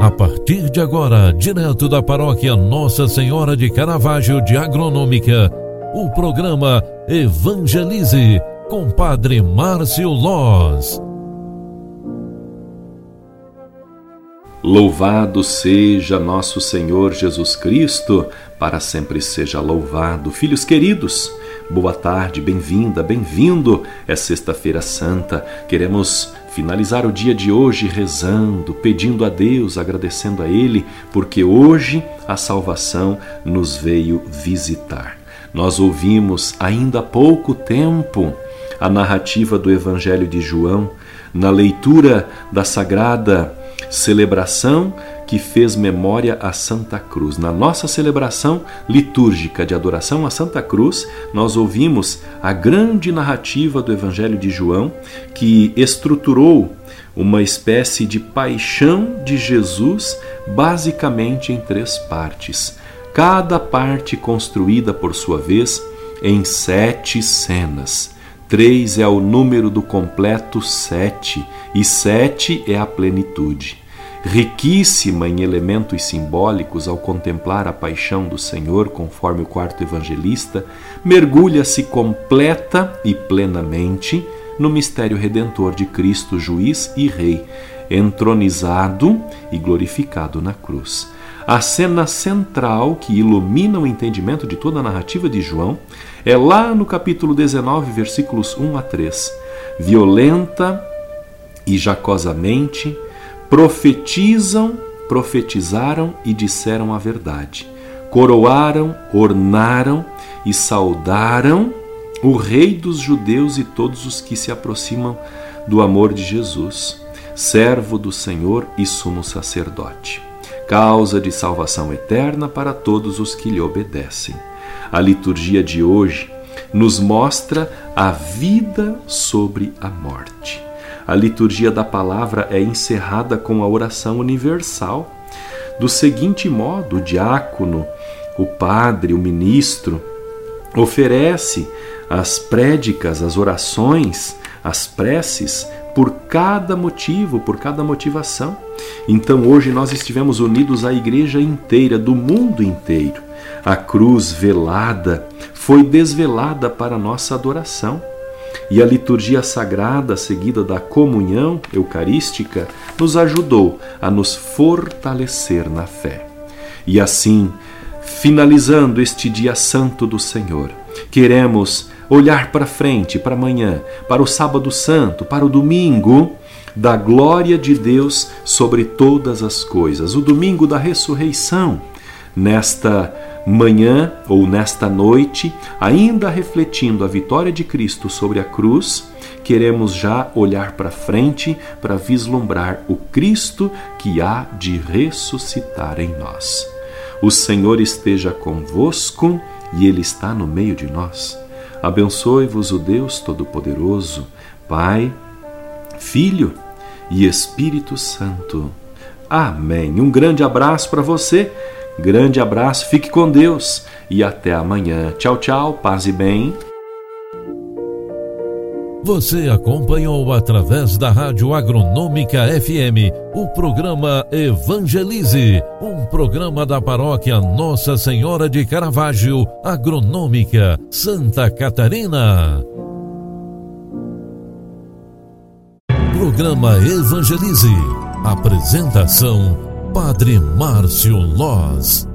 A partir de agora, direto da paróquia Nossa Senhora de Caravaggio de Agronômica, o programa Evangelize com Padre Márcio Loz. Louvado seja nosso Senhor Jesus Cristo, para sempre seja louvado. Filhos queridos, boa tarde, bem-vinda, bem-vindo. É Sexta-feira Santa, queremos finalizar o dia de hoje rezando, pedindo a Deus, agradecendo a Ele, porque hoje a salvação nos veio visitar. Nós ouvimos ainda há pouco tempo a narrativa do Evangelho de João, na leitura da Sagrada Celebração que fez memória à Santa Cruz. Na nossa celebração litúrgica de adoração à Santa Cruz, nós ouvimos a grande narrativa do Evangelho de João, que estruturou uma espécie de paixão de Jesus, basicamente em 3 partes. Cada parte construída, por sua vez, em 7 cenas. 3 é o número do completo 7, e 7 é a plenitude. Riquíssima em elementos simbólicos ao contemplar a paixão do Senhor, conforme o 4º evangelista, mergulha-se completa e plenamente no mistério redentor de Cristo, juiz e rei, entronizado e glorificado na cruz. A cena central que ilumina o entendimento de toda a narrativa de João é lá no capítulo 19, versículos 1 a 3. Violenta e jacosamente profetizaram e disseram a verdade. Coroaram, ornaram e saudaram o Rei dos judeus e todos os que se aproximam do amor de Jesus, servo do Senhor e sumo sacerdote, causa de salvação eterna para todos os que lhe obedecem. A liturgia de hoje nos mostra a vida sobre a morte. A liturgia da palavra é encerrada com a oração universal. Do seguinte modo, o diácono, o padre, o ministro, oferece as prédicas, as orações, as preces por cada motivo, por cada motivação. Então hoje nós estivemos unidos à igreja inteira, do mundo inteiro. A cruz velada foi desvelada para a nossa adoração. E a liturgia sagrada, seguida da comunhão eucarística, nos ajudou a nos fortalecer na fé. E assim, finalizando este dia santo do Senhor, queremos olhar para frente, para amanhã, para o sábado santo, para o domingo da glória de Deus sobre todas as coisas, o domingo da ressurreição. Nesta manhã ou nesta noite, ainda refletindo a vitória de Cristo sobre a cruz, queremos já olhar para frente para vislumbrar o Cristo que há de ressuscitar em nós. O Senhor esteja convosco e Ele está no meio de nós. Abençoe-vos o Deus Todo-Poderoso, Pai, Filho e Espírito Santo. Amém. Um grande abraço para você. Grande abraço, fique com Deus e até amanhã. Tchau, tchau, paz e bem. Você acompanhou através da Rádio Agronômica FM o programa Evangelize, um programa da paróquia Nossa Senhora de Caravaggio, Agronômica, Santa Catarina. Programa Evangelize. Apresentação Padre Márcio Loz.